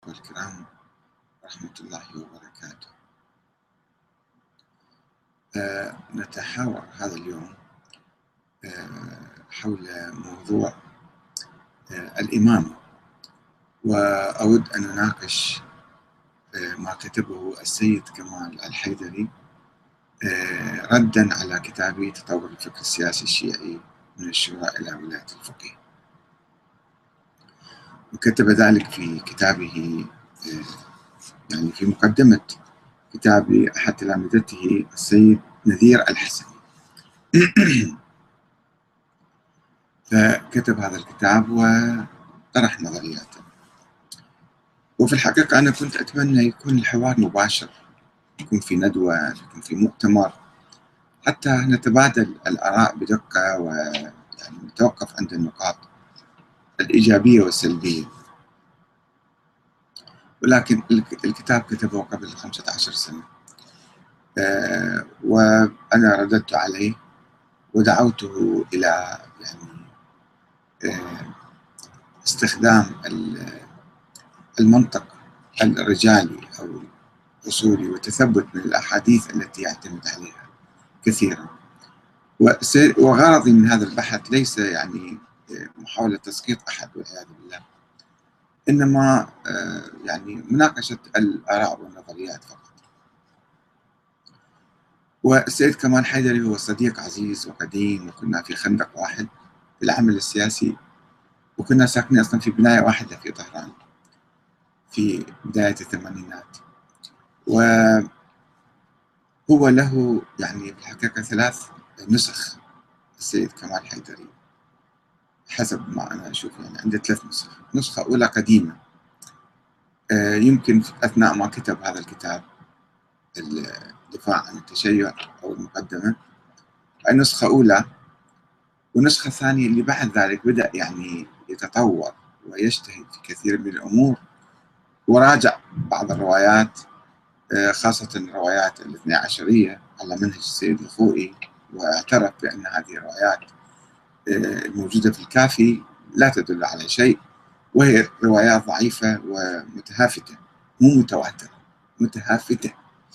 والكرام ورحمة الله وبركاته. نتحاور هذا اليوم حول موضوع الإمامة، وأود أن أناقش ما كتبه السيد كمال الحيدري ردا على كتابي تطور الفكر السياسي الشيعي من الشورى إلى ولاية الفقيه. وكتب ذلك في كتابه، يعني في مقدمة كتاب أحد تلامذته السيد نذير الحسني. فكتب هذا الكتاب وطرح نظرياته، وفي الحقيقة أنا كنت أتمنى يكون الحوار مباشر، يكون في ندوة، يكون في مؤتمر، حتى نتبادل الآراء بدقة ويعني نتوقف عند النقاط الإيجابية والسلبية. ولكن الكتاب كتبه قبل 15 سنة، وأنا رددت عليه ودعوته إلى استخدام المنطق الرجالي أو الأصولي والتثبت من الأحاديث التي يعتمد عليها كثيرا. وغرضي من هذا البحث ليس يعني محاولة تسقيط أحد والعياذ بالله، إنما يعني مناقشة الآراء والنظريات فقط. والسيد كمال حيدري هو صديق عزيز وقديم، وكنا في خندق واحد في العمل السياسي، وكنا ساكنين أصلا في بناية واحدة في طهران في بداية الثمانينات. وهو له يعني في الحقيقة 3 نسخ السيد كمال حيدري حسب ما أنا أشوف، يعني عنده 3 نسخ. نسخة أولى قديمة، يمكن أثناء ما كتب هذا الكتاب الدفاع عن التشيع أو المقدمة، نسخة أولى. ونسخة ثانية اللي بعد ذلك بدأ يعني يتطور ويجتهد في كثير من الأمور، وراجع بعض الروايات، خاصة الروايات الاثني عشرية على منهج السيد الخوئي، واعترف بأن هذه الروايات الموجودة في الكافي لا تدل على شيء، وهي روايات ضعيفة ومتهافتة، مو متواترة، متهافتة.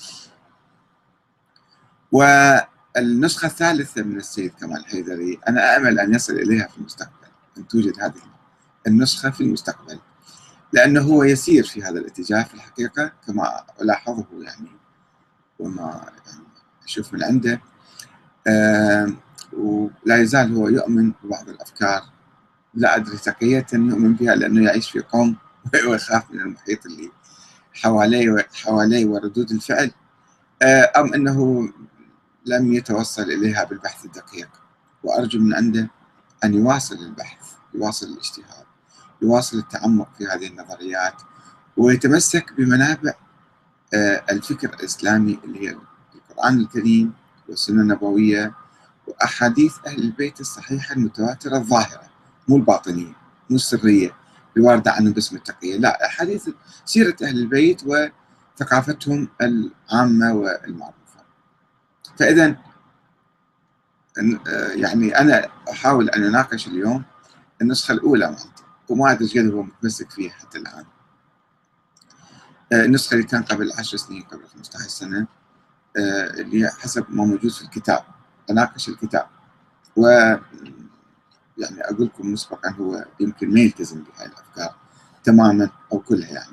والنسخة الثالثة من السيد كمال حيدري أنا أأمل أن يصل إليها في المستقبل، أن توجد هذه النسخة في المستقبل، لأنه هو يسير في هذا الاتجاه في الحقيقة كما ألاحظه يعني، وما يعني أشوف من عنده. ولا يزال هو يؤمن ببعض الأفكار، لا أدري تقية يؤمن بها لأنه يعيش في قوم ويخاف من المحيط اللي حواليه وردود الفعل، أم أنه لم يتوصل إليها بالبحث الدقيق. وأرجو من عنده أن يواصل البحث، يواصل الاجتهاد، يواصل التعمق في هذه النظريات، ويتمسك بمنابع الفكر الإسلامي اللي هي القرآن الكريم والسنة النبوية وأحاديث أهل البيت الصحيحة المتواترة الظاهرة، مو الباطنية، مو السرية الواردة عنهم باسم التقية، لا، أحاديث سيرة أهل البيت وثقافتهم العامة والمعروفة. فإذا يعني أنا أحاول أن أناقش اليوم النسخة الأولى مالته، وما أدري قد هو متمسك فيها حتى الآن. النسخة اللي كان قبل 10 سنين، قبل 15 سنة، اللي حسب ما موجود في الكتاب، أناقش الكتاب. و يعني أقول لكم مسبقا هو يمكن ما يلتزم بهاي الأفكار تماما أو كلها يعني.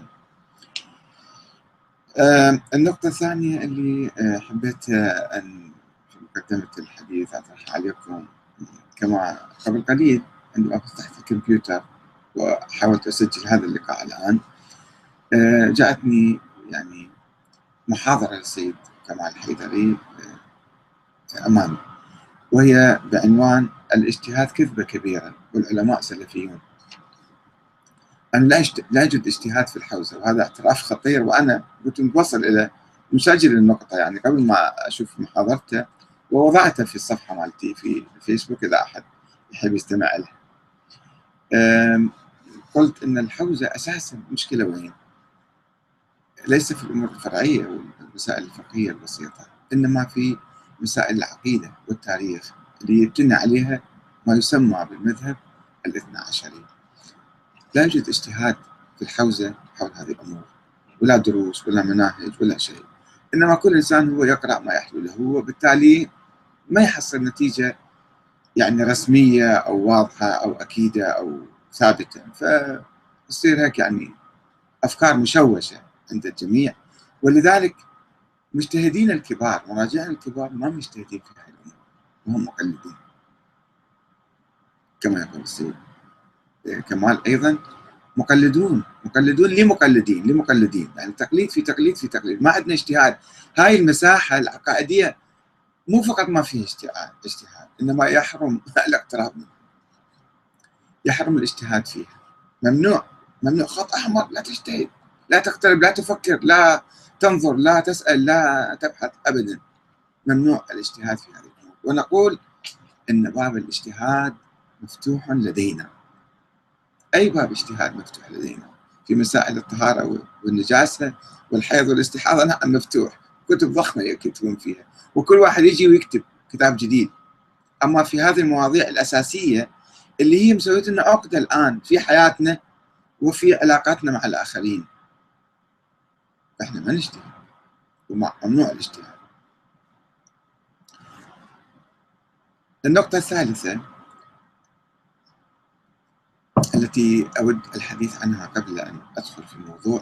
النقطة الثانية اللي حبيت أن في مقدمة الحديث أطرح عليكم، كما قبل قليل عندما فتحت الكمبيوتر وحاولت أسجل هذا اللقاء الآن، جاءتني يعني محاضرة للسيد كمال حيدري أمامي، وهي بعنوان الاجتهاد كذبة كبيرة والعلماء سلفيون. أنا لا أجد اجتهاد في الحوزة، وهذا اعتراف خطير، وأنا كنت متوصل إلى مسجل النقطة يعني قبل ما أشوف محاضرته، ووضعتها في الصفحة مالتي في الفيسبوك إذا أحد يحب يستمع لها. قلت إن الحوزة أساساً مشكلة وين؟ ليس في الأمور الفرعية والمسائل الفقهية البسيطة، إنما في مسائل العقيدة والتاريخ اللي يبتنى عليها ما يسمى بالمذهب الاثنى عشري. لا يوجد اجتهاد في الحوزة حول هذه الأمور، ولا دروس ولا مناهج ولا شيء، إنما كل إنسان هو يقرأ ما يحلو له، وبالتالي ما يحصل نتيجة يعني رسمية أو واضحة أو أكيدة أو ثابتة، فتصير هيك يعني أفكار مشوشة عند الجميع. ولذلك مجتهدين الكبار، مراجعين الكبار ما مجتهدين في هذه الأمور، وهم مقلدين كما يقول السيد كمال أيضا. مقلدون لمقلدين، يعني تقليد في تقليد في تقليد، ما عندنا اجتهاد. هاي المساحة العقائدية مو فقط ما فيه اجتهاد، إنما يحرم الاقتراب منه، يحرم الاجتهاد فيها. ممنوع خط أحمر، لا تجتهد، لا تقترب، لا تفكر، لا تنظر، لا تسأل، لا تبحث أبدا. ممنوع الاجتهاد في هذه الأمور. ونقول إن باب الاجتهاد مفتوح لدينا، أي باب اجتهاد مفتوح لدينا في مسائل الطهارة والنجاسة والحيض والاستحاضة، نعم مفتوح، كتب ضخمة يكتبون فيها، وكل واحد يجي ويكتب كتاب جديد. أما في هذه المواضيع الأساسية اللي هي مسويت لنا عقدة الآن في حياتنا وفي علاقاتنا مع الآخرين، إحنا ما نجتهد، وممنوع الاجتهاد. النقطة الثالثة التي أود الحديث عنها قبل أن أدخل في الموضوع،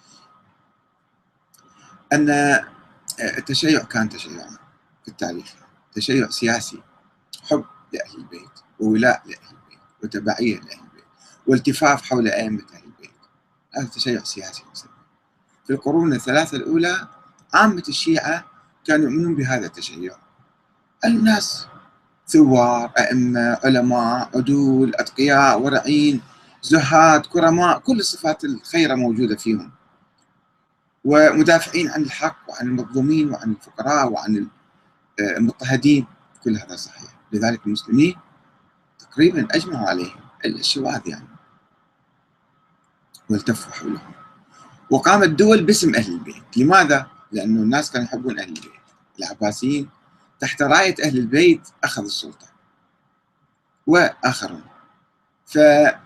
أن التشيع كان تشيعا في التاريخ، تشيع سياسي، حب لأهل البيت وولاء لأهل البيت وتبعية لأهل البيت والتفاف حول أئمة أهل البيت. هذا تشيع سياسي مثلا. في القرون الثلاثة الأولى عامة الشيعة كانوا يؤمنون بهذا التشيع، الناس ثوار، أئمة، علماء، عدول، أتقياء، ورعين، زهاد، كرماء، كل الصفات الخيرة موجودة فيهم، ومدافعين عن الحق وعن المظلومين وعن الفقراء وعن المضطهدين، كل هذا صحيح. لذلك المسلمين تقريبا أجمعوا عليهم إلا الشواذ يعني، والتفوا حولهم. وقامت دول باسم أهل البيت. لماذا؟ لأنه الناس كانوا يحبون أهل البيت. العباسيين تحت راية أهل البيت أخذوا السلطة وآخرون. فهناك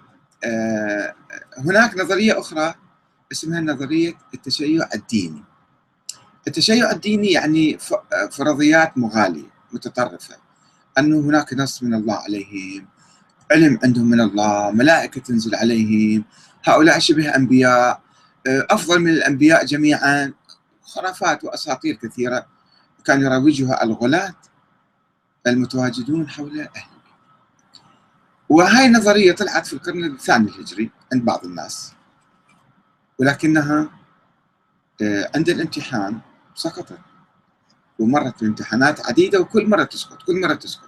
نظرية أخرى اسمها نظرية التشيع الديني. التشيع الديني يعني فرضيات مغالية متطرفة، أنه هناك نص من الله عليهم، علم عندهم من الله، ملائكة تنزل عليهم، هؤلاء شبه أنبياء، أفضل من الأنبياء جميعا. خرافات وأساطير كثيرة كان يروجها الغلاة المتواجدون حول أهل البيت. وهاي النظرية طلعت في القرن الثاني الهجري عند بعض الناس، ولكنها عند الامتحان سقطت، ومرت بامتحانات عديدة وكل مرة تسقط، كل مرة تسقط.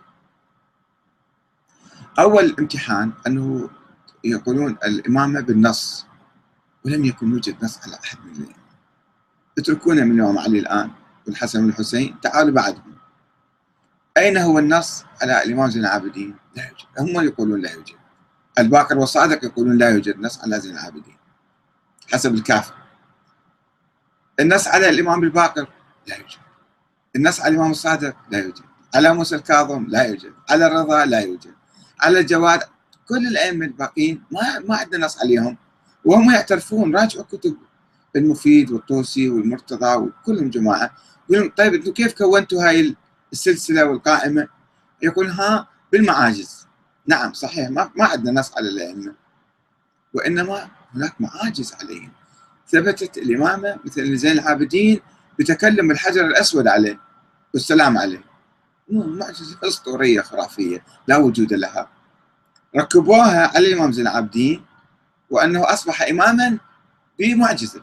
أول امتحان أنه يقولون الإمامة بالنص، ولم يكن يوجد نص على أحد من الأئمة. اتركونا من الإمام علي الآن والحسن والحسين، تعالوا بعدهم. أين هو النص على الإمام زين العابدين؟ لا يوجد. هم يقولون لا يوجد. الباقر والصادق يقولون لا يوجد نص على زين العابدين حسب الكافي. النص على الإمام الباقر لا يوجد. النص على الإمام الصادق لا يوجد. على موسى الكاظم لا يوجد. على الرضا لا يوجد. على الجواد، كل الأئمة الباقين ما عندنا نص عليهم، وهم يعترفون. راجعوا كتب المفيد والطوسي والمرتضى وكلهم جماعة، يقولون طيب انتم كيف كونتوا هاي السلسلة والقائمة؟ يقول ها بالمعاجز. نعم صحيح، ما عندنا نص على الأئمة، وإنما هناك معاجز عليهم. ثبتت الإمامة مثل زين العابدين بتكلم الحجر الأسود عليه والسلام عليه، معجزة أسطورية خرافية لا وجود لها. ركبوها على الإمام زين العابدين وأنه أصبح إماما بمعجزة.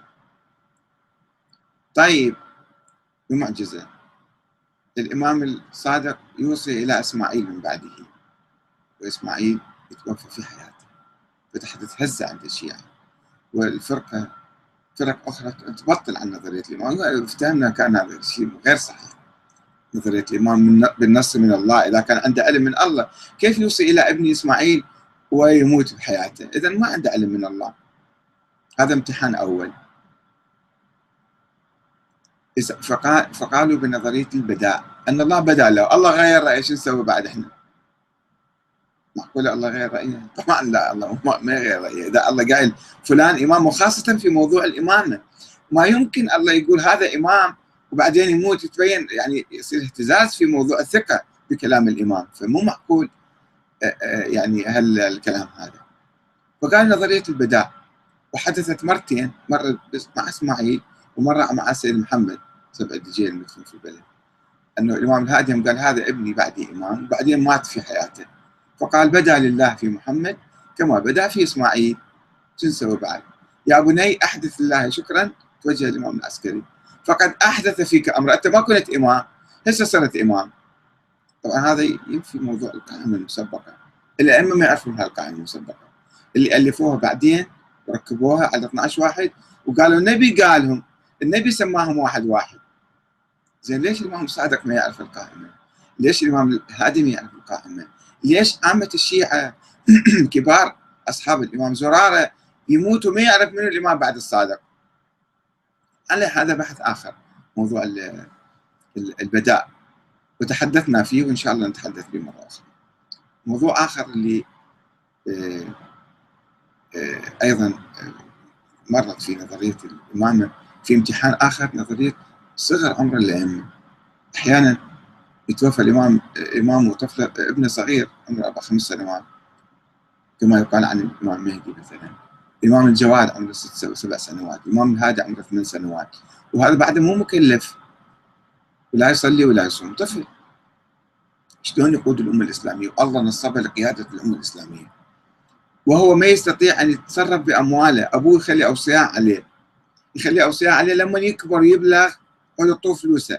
طيب بمعجزة الإمام الصادق يوصي إلى إسماعيل من بعده، وإسماعيل يتوفى في حياته، فتحدث هزة عند الشيعة والفرقة، فرق أخرى تبطل عن نظرية الإمام. افتهمنا كان هذا الشيء غير صحيح. نظرية الإمام بالنص من الله، إذا كان عنده علم من الله كيف يوصي إلى ابن إسماعيل ويموت بحياته؟ إذا ما عنده علم من الله. هذا امتحان أول. فقالوا بنظرية البداء، أن الله بدأ له، الله غير رأيه، شو نسوي بعد إحنا؟ معقولة الله غير رأيه؟ طبعا لا، الله ما غير رأيه. إذا الله قال فلان إمام، وخاصة في موضوع الإمامة، ما يمكن الله يقول هذا إمام وبعدين يموت، يتبين يعني يصير اهتزاز في موضوع الثقة بكلام الإمام، فمو معقول يعني الكلام هذا. فقال نظرية البداء، وحدثت مرتين، مرة مع إسماعيل ومرة مع السيد محمد سبع الدجيل المدفون في البلد، أنه الإمام الهادي قال هذا ابني بعدي إمام، وبعدين مات في حياته، فقال بدا لله في محمد كما بدا في إسماعيل. شو نسوي بعد؟ يا بني أحدث لله شكرا، توجه الإمام العسكري، فقد أحدث فيك أمر، أنت ما كنت إمام هسه صرت إمام. طبعا هذا ينفي موضوع القائمة المسبقة. الأئمة ما يعرفون هالقائمة المسبقة، اللي ألفوها بعدين وركبوها على 12 واحد وقالوا النبي قالهم، النبي سماهم واحد واحد. زين ليش الإمام الصادق ما يعرف القائمة؟ ليش الإمام الهادي ما يعرف القائمة؟ ليش عامة الشيعة كبار أصحاب الإمام زرارة يموتوا ما يعرف منو الإمام بعد الصادق؟ على هذا بحث آخر، موضوع البداء، وتحدثنا فيه وإن شاء الله نتحدث به مرة أخرى. موضوع آخر اللي أيضا مرت في نظرية الإمامة في امتحان آخر، نظرية صغر عمر الأئمة. أحيانا يتوفى الإمام وطفل ابنه صغير عمره 4 5 سنوات، كما يقال عن الإمام المهدي مثلا. الإمام الجواد عمره 6 أو 7 سنوات، الإمام الهادي عمره 8 سنوات، وهذا بعده مو مكلف ولا يصلي ولا يصوم، طفل. شلون يقود الأمة الإسلامية؟ والله نصبه لقيادة الأمة الإسلامية، وهو ما يستطيع أن يتصرف بأمواله. أبوه يخلي أوصياء عليه، يخلي أوصياء عليه لما يكبر يبلغ ويعطوه فلوسه،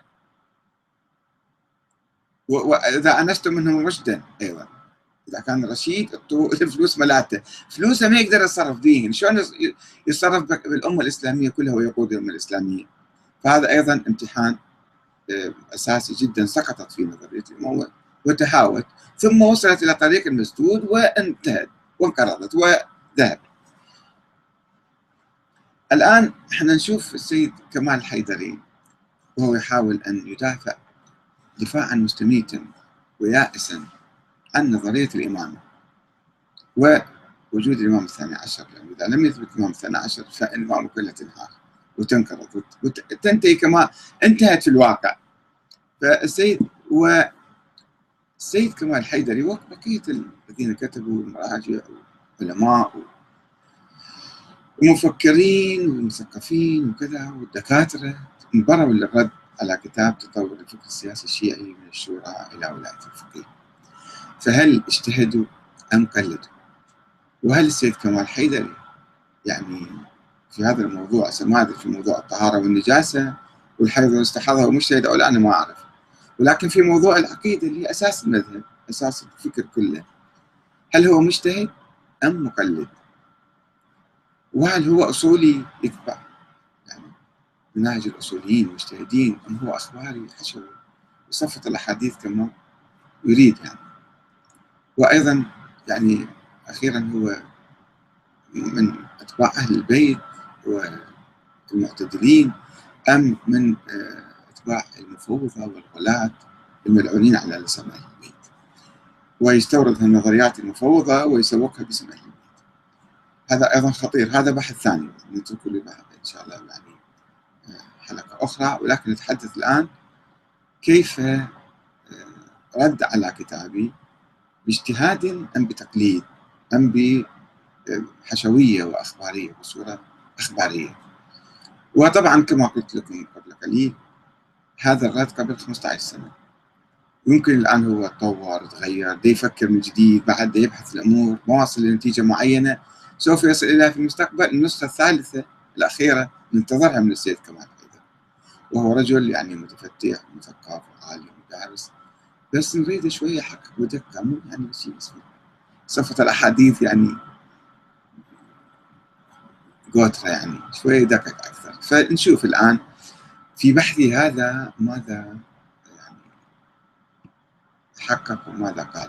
وإذا أنستم منهم رشدا أيضا، إذا كان رشيد اعطوه الفلوس ملاته، فلوسه ما يقدر يتصرف بيهن، شلون يتصرف بالأمة الإسلامية كلها ويقود الأمة الإسلامية؟ فهذا أيضا امتحان أساسي جدا سقطت في نظرية الإمامة وتهاوت، ثم وصلت إلى طريق المسدود وانتهت وانقرضت وذهبت. الآن احنا نشوف السيد كمال الحيدري وهو يحاول أن يدافع دفاعا مستميتا ويائسا عن نظرية الإمامة ووجود الإمام الثاني عشر، لأنه إذا لم يثبت الإمام الثاني عشر فالإمامة كلها تنهار وتنقرض وتنتهي كما انتهت في الواقع. فالسيد السيد كمال الحيدري وبقية الذين كتبوا المراجع وعلماء ومفكرين ومثقفين وكذا والدكاترة انبروا للرد على كتاب تطور الفكر السياسي الشيعي من الشورى إلى ولاية الفقيه. فهل اجتهدوا أم قلدوا؟ وهل السيد كمال الحيدري يعني في هذا الموضوع ما في موضوع الطهارة والنجاسة والحيض والاستحاضة ومجتهد أو لا، أنا ما أعرف، ولكن في موضوع العقيدة اللي هي أساس المذهب أساس الفكر كله، هل هو مجتهد أم مقلد؟ وهل هو أصولي يتبع يعني منهج الأصوليين المجتهدين أم هو أخباري حشوي يصفط الأحاديث كما يريد يعني؟ وأيضا يعني أخيرا هو من أتباع أهل البيت والمعتدلين أم من أتباع المفوضة والغلاة الملعونين على لسان أهل البيت، ويستورد النظريات المفوضة ويسوقها باسم أهل البيت؟ هذا أيضا خطير، هذا بحث ثاني نتركه لبعض إن شاء الله يعني حلقة أخرى. ولكن نتحدث الآن كيف رد على كتابي باجتهاد أم بتقليد أم بحشوية وأخبارية بصورة أخبارية. وطبعا كما قلت لكم قبل قليل هذا الرد قبل 15 سنة، يمكن الآن هو تطور تغير دي يفكر من جديد، بعد دي يبحث الأمور ما وصل لنتيجة معينة سوف يصل إليها في المستقبل. النسخة الثالثة الأخيرة ننتظرها من السيد كمال الحيدري، وهو رجل يعني متفتح مثقف وعالم ودارس، بس نريد شوية حق ودقة، مو يعني شيء اسمه صفة الأحاديث يعني قوترة، يعني شوية دقق أكثر. فنشوف الآن في بحثي هذا ماذا يعني حقق وماذا قال.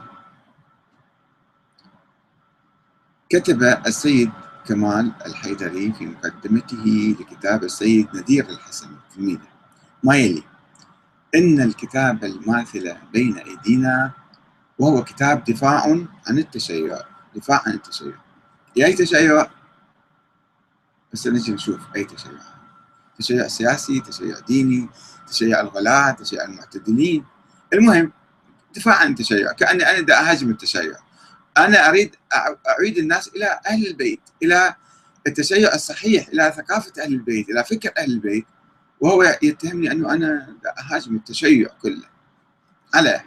كتب السيد كمال الحيدري في مقدمته لكتاب السيد ندير الحسن تلميذه ما يلي: إن الكتاب الماثل بين أيدينا وهو كتاب دفاع عن التشيع. دفاع عن التشيع. أي تشيع؟ بس نجي نشوف أي تشيع. تشيع سياسي، تشيع ديني، تشيع الغلاة، تشيع المعتدلين. المهم دفاع عن التشيع، كأني أنا دا أهاجم التشيع. أنا أريد أعيد الناس إلى أهل البيت، إلى التشيع الصحيح، إلى ثقافة أهل البيت، إلى فكر أهل البيت، وهو يتهمني أنه أنا أهاجم التشيع كله. على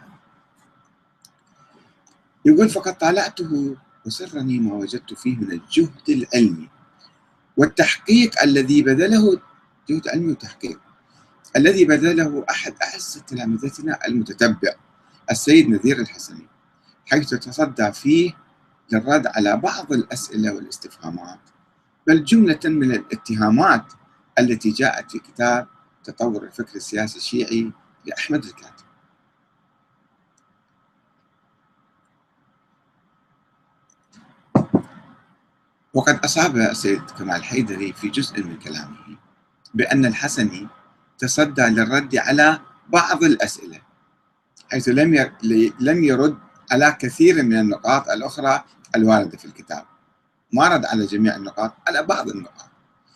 يقول: فقد طالعته وسرني ما وجدت فيه من الجهد العلمي والتحقيق الذي بذله. جهد علمي وتحقيق الذي بذله أحد أعز تلامذتنا المتتبع السيد نذير الحسني، حيث تصدى فيه للرد على بعض الأسئلة والاستفهامات، بل جملة من الاتهامات التي جاءت في كتاب تطور الفكر السياسي الشيعي لأحمد الكاتب. وقد أصاب السيد كمال حيدري في جزء من كلامه بأن الحسني تصدى للرد على بعض الأسئلة، حيث لم يرد على كثير من النقاط الأخرى الواردة في الكتاب. ما رد على جميع النقاط، على بعض النقاط.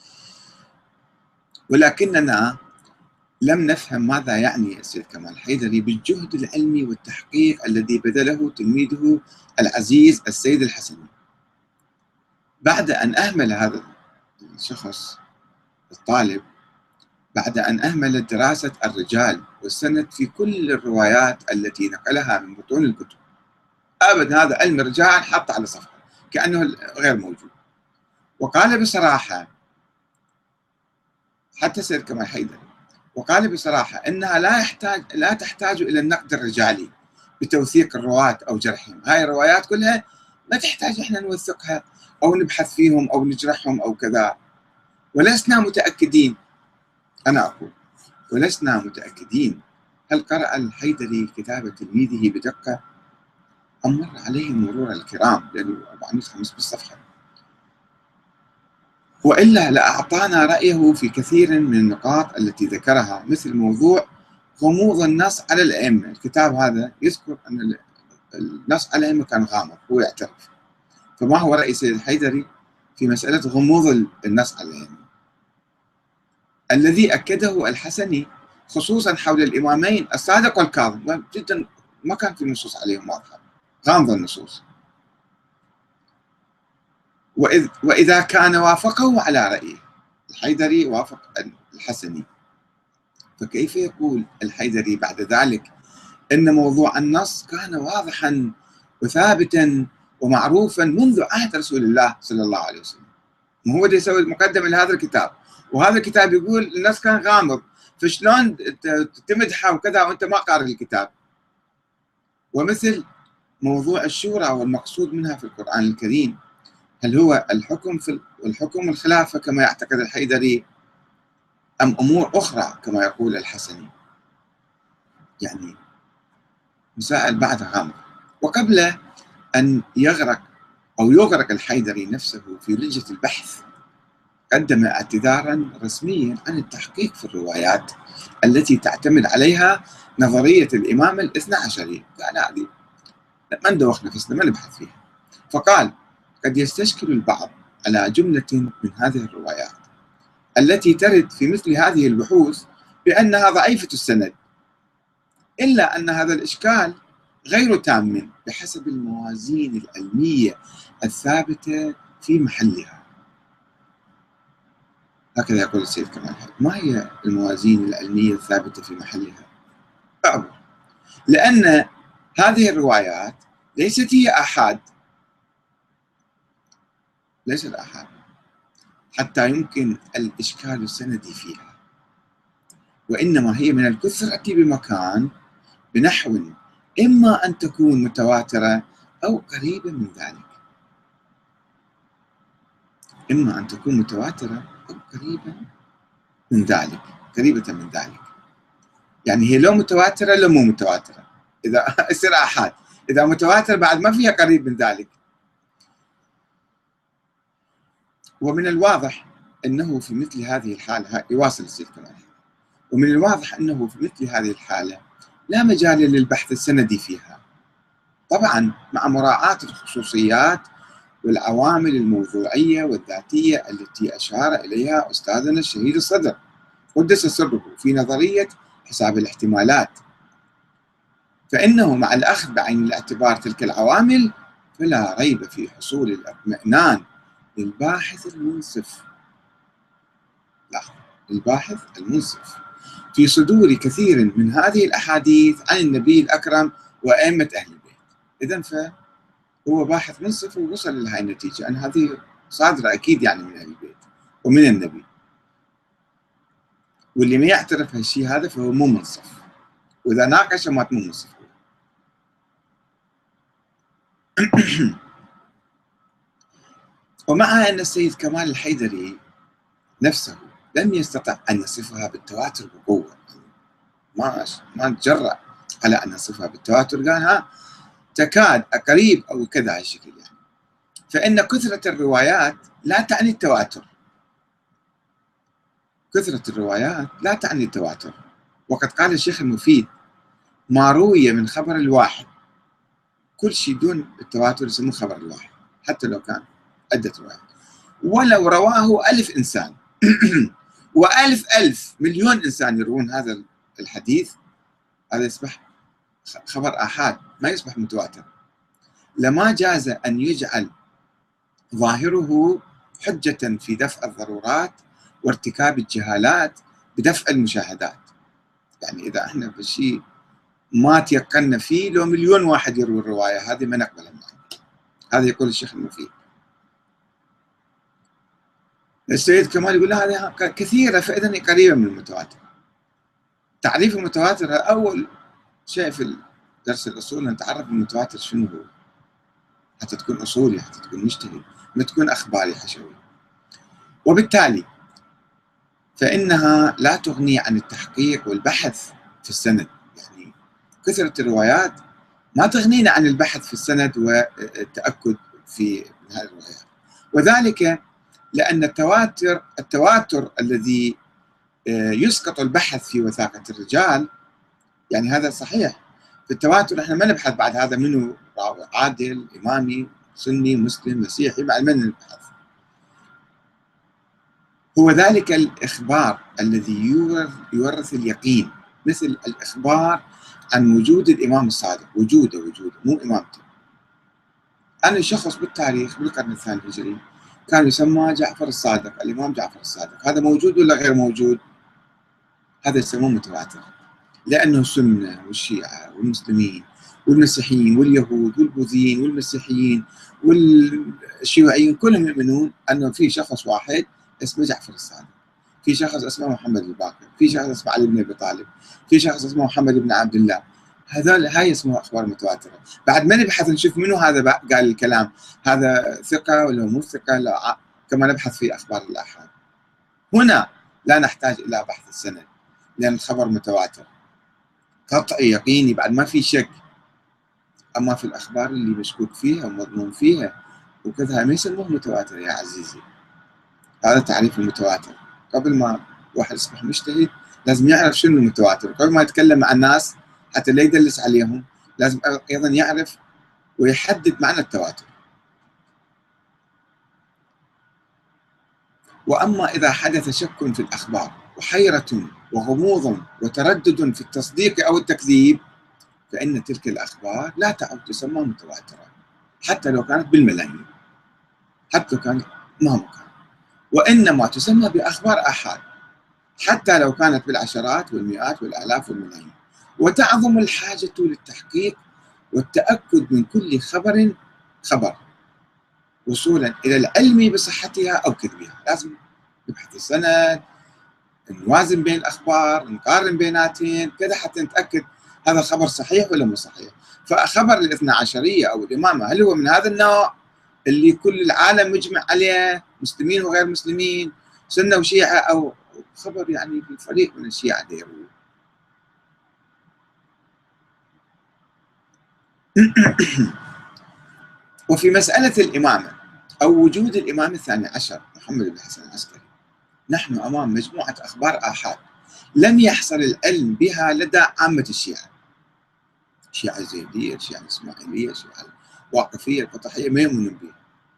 ولكننا لم نفهم ماذا يعني السيد كمال حيدري بالجهد العلمي والتحقيق الذي بذله تلميذه العزيز السيد الحسني. بعد أن أهمل هذا الشخص الطالب، بعد أن أهمل دراسة الرجال والسند في كل الروايات التي نقلها من بطون الكتب، أبد هذا علم الرجال حط على صفحة كأنه غير موجود. وقال بصراحة، حتى السيد كمال حيدري، وقال بصراحة إنها لا تحتاج إلى النقد الرجالي بتوثيق الرواة أو جرحهم. هاي الروايات كلها ما تحتاج إحنا نوثقها أو نبحث فيهم أو نجرحهم أو كذا. ولسنا متأكدين، أنا أقول ولسنا متأكدين هل قرأ الحيدري كتاب تلميذه بدقة أم مر عليه مرور الكرام، لأنه 405 بالصفحة، وإلا لأعطانا رأيه في كثير من النقاط التي ذكرها، مثل موضوع غموض النص على الأئمة. الكتاب هذا يذكر أن النص على الأئمة كان غامض، هو يعترف. فما هو رأي سيد الحيدري في مسألة غموض النص على الأئمة الذي أكده الحسني، خصوصا حول الإمامين الصادق والكاظم؟ جدا ما كان في نصوص عليهم واضحة، غامض النصوص. وإذا كان وافقه على رأيه، الحيدري وافق الحسني، فكيف يقول الحيدري بعد ذلك إن موضوع النص كان واضحا وثابتا ومعروفا منذ عهد رسول الله صلى الله عليه وسلم؟ ما هو اللي يسوي مقدمة لهذا الكتاب، وهذا الكتاب يقول النص كان غامض، فشلون تمدحه وكذا وأنت ما قارئ الكتاب؟ ومثل موضوع الشورى والمقصود منها في القرآن الكريم، هل هو الحكم الخلافة كما يعتقد الحيدري، أم أمور أخرى كما يقول الحسني؟ يعني مسائل بعدها غامضة. وقبل أن يغرق الحيدري نفسه في لجة البحث، قدم اعتذارا رسميا عن التحقيق في الروايات التي تعتمد عليها نظرية الإمامة الاثنى عشرية. قال هذه ما ندوخ نفسنا، ما نبحث فيها. فقال: قد يستشكل البعض على جملة من هذه الروايات التي ترد في مثل هذه البحوث بأنها ضعيفة السند، إلا أن هذا الإشكال غير تام بحسب الموازين العلمية الثابتة في محلها. هكذا يقول السيد كمال حيدري. ما هي الموازين العلمية الثابتة في محلها؟ أعبر. لأن هذه الروايات ليست هي آحاد، ليست آحاد حتى يمكن الإشكال السندي فيها، وإنما هي من الكثرة بمكان، بنحو إما أن تكون متواترة أو قريبة من ذلك. إما أن تكون متواترة أو قريبة من ذلك، قريبة من ذلك. يعني هي لو متواترة لو مو متواترة، إذا يصير آحاد. إذا متواتر بعد ما فيها قريب من ذلك. ومن الواضح أنه في مثل هذه الحالة، يواصل السيد كمان، ومن الواضح أنه في مثل هذه الحالة لا مجال للبحث السندي فيها طبعا مع مراعاة الخصوصيات والعوامل الموضوعية والذاتية التي أشار إليها أستاذنا الشهيد الصدر قدس سره في نظرية حساب الاحتمالات، فإنه مع الأخذ بعين الاعتبار تلك العوامل فلا ريب في حصول الاطمئنان للباحث المنصف، الباحث المنصف في صدور كثير من هذه الأحاديث عن النبي الأكرم وأئمة أهل البيت. إذن فهو باحث منصف ووصل لهذه النتيجة أن هذه صادرة أكيد يعني من أهل البيت ومن النبي، واللي ما يعترف هالشيء هذا فهو مو منصف، وإذا ناقش ما مو منصف. ومع أن السيد كمال الحيدري نفسه لم يستطع أن يصفها بالتواتر بقوة، ما تجرأ على أن يصفها بالتواتر، قالها تكاد قريب أو كذا هالشكل يعني. فإن كثرة الروايات لا تعني التواتر، كثرة الروايات لا تعني التواتر. وقد قال الشيخ المفيد ما روي من خبر الواحد، كل شيء دون التواتر يسموه خبر الواحد حتى لو كان عدة روايات، ولو رواه 1000 إنسان و1000 مليون إنسان يروون هذا الحديث، هذا يصبح خبر آحاد ما يصبح متواتر. لما جاز أن يجعل ظاهره حجة في دفع الضرورات وارتكاب الجهالات بدفع المشاهدات. يعني إذا احنا بالشيء ما تيقنا فيه لو مليون واحد يروي الرواية هذه ما نقبلها معنا. هذا يقول الشيخ المفيد. السيد كمال يقول هذه كثيرة فإذا قريبة من المتواتر. تعريف المتواتر أول شيء في درس الأصول أن تعرف المتواتر شنو هو، حتى تكون أصولي، حتى تكون مجتهد، ما تكون أخباري حشوي. وبالتالي فإنها لا تغني عن التحقيق والبحث في السند، يعني كثرة الروايات ما تغنينا عن البحث في السند والتأكد في هذه الروايات. وذلك لأن التواتر الذي يسقط البحث في وثاقة الرجال، يعني هذا صحيح. في التواتر احنا ما نبحث بعد هذا منه عادل، إمامي، سني، مسلم، مسيحي، بعد من نبحث. هو ذلك الإخبار الذي يورث اليقين، مثل الإخبار عن وجود الإمام الصادق، وجوده مو إمامته. أنا شخص بالتاريخ بالقرن الثاني الهجري كان يسمى جعفر الصادق، الإمام جعفر الصادق، هذا موجود ولا غير موجود؟ هذا يسموه متواتر، لأنه السنة والشيعة والمسلمين والمسيحيين واليهود والبوذيين والمسيحيين والشيوعيين كلهم يؤمنون أنه في شخص واحد اسمه جعفر الصادق، في شخص اسمه محمد الباقر، في شخص اسمه علي بن أبي طالب، في شخص اسمه محمد بن عبد الله. هاي اسمها أخبار متواترة. بعد ما نبحث نشوف منو هذا قال الكلام، هذا ثقة ولا مو ثقة، لا كما نبحث في أخبار الآحاد. هنا لا نحتاج إلى بحث السند لأن الخبر متواتر قطعي يقيني بعد ما في شك. أما في الأخبار اللي مشكوك فيها ومضمون فيها وكذا ما يسموه متواتر يا عزيزي. هذا تعريف المتواتر. قبل ما واحد يصبح مجتهد لازم يعرف شنو المتواتر، قبل ما يتكلم مع الناس حتى لا يدلس عليهم لازم أيضا يعرف ويحدد معنى التواتر. وأما إذا حدث شك في الأخبار وحيرة وغموض وتردد في التصديق أو التكذيب فإن تلك الأخبار لا تعد تسمى متواترة حتى لو كانت بالملايين، حتى لو كانت مهما كان، وإنما تسمى بأخبار آحاد حتى لو كانت بالعشرات والمئات والآلاف والملايين. وتعظم الحاجة للتحقيق والتأكد من كل خبر وصولا إلى العلم بصحتها أو كذبها. لازم نبحث السند، نوازن بين الأخبار، نقارن بيناتهم كذا حتى نتأكد هذا الخبر صحيح ولا مو صحيح. فخبر الاثنى عشرية أو الإمامة هل هو من هذا النوع اللي كل العالم مجمع عليه، مسلمين وغير مسلمين، سنة وشيعة، أو خبر يعني في فريق من الشيعة يروي؟ وفي مسألة الإمامة أو وجود الإمام الثاني عشر محمد بن حسن العسكري نحن أمام مجموعة أخبار آحاد لم يحصل العلم بها لدى عامة الشيعة، الشيعة الزيدية، الشيعة الإسماعيلية، الشيعة الواقفية، القطحية ما يؤمنون بها،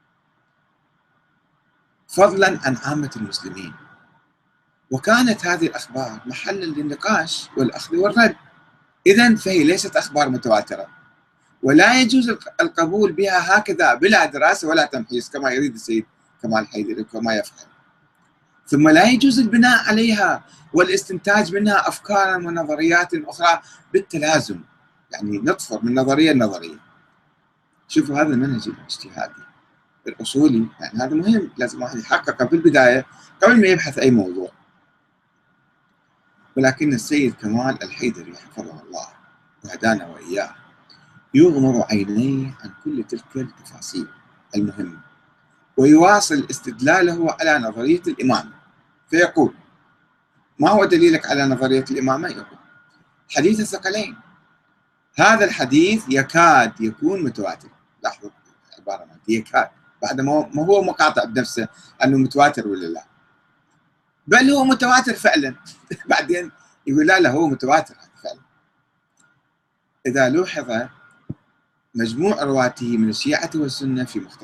فضلا عن عامة المسلمين. وكانت هذه الأخبار محلا للنقاش والأخذ والرد. إذن فهي ليست أخبار متواترة، ولا يجوز القبول بها هكذا بلا دراسة ولا تمحيص كما يريد السيد كمال الحيدري كما يفعل. ثم لا يجوز البناء عليها والاستنتاج منها أفكارا ونظريات أخرى بالتلازم، يعني نطفر من نظرية لنظرية. شوفوا هذا المنهج الاجتهادي الأصولي، يعني هذا مهم، لازم واحد يحققه في البداية قبل ما يبحث أي موضوع. ولكن السيد كمال الحيدري حفظه الله وهدانا وإياه يغمض عينيه عن كل تلك التفاصيل المهمة، ويواصل استدلاله على نظرية الإمامة، فيقول: ما هو دليلك على نظرية الإمامة؟ يقول: حديث الثقلين، هذا الحديث يكاد يكون متواتر. لاحظوا العبارة مالتي يكاد، بعد ما هو مقاطع بنفسه أنه متواتر ولا لا، بل هو متواتر فعلا. بعدين يقول لا هو متواتر فعلا. إذا لوحظ مجموع رواته من الشيعة والسنة في مختلف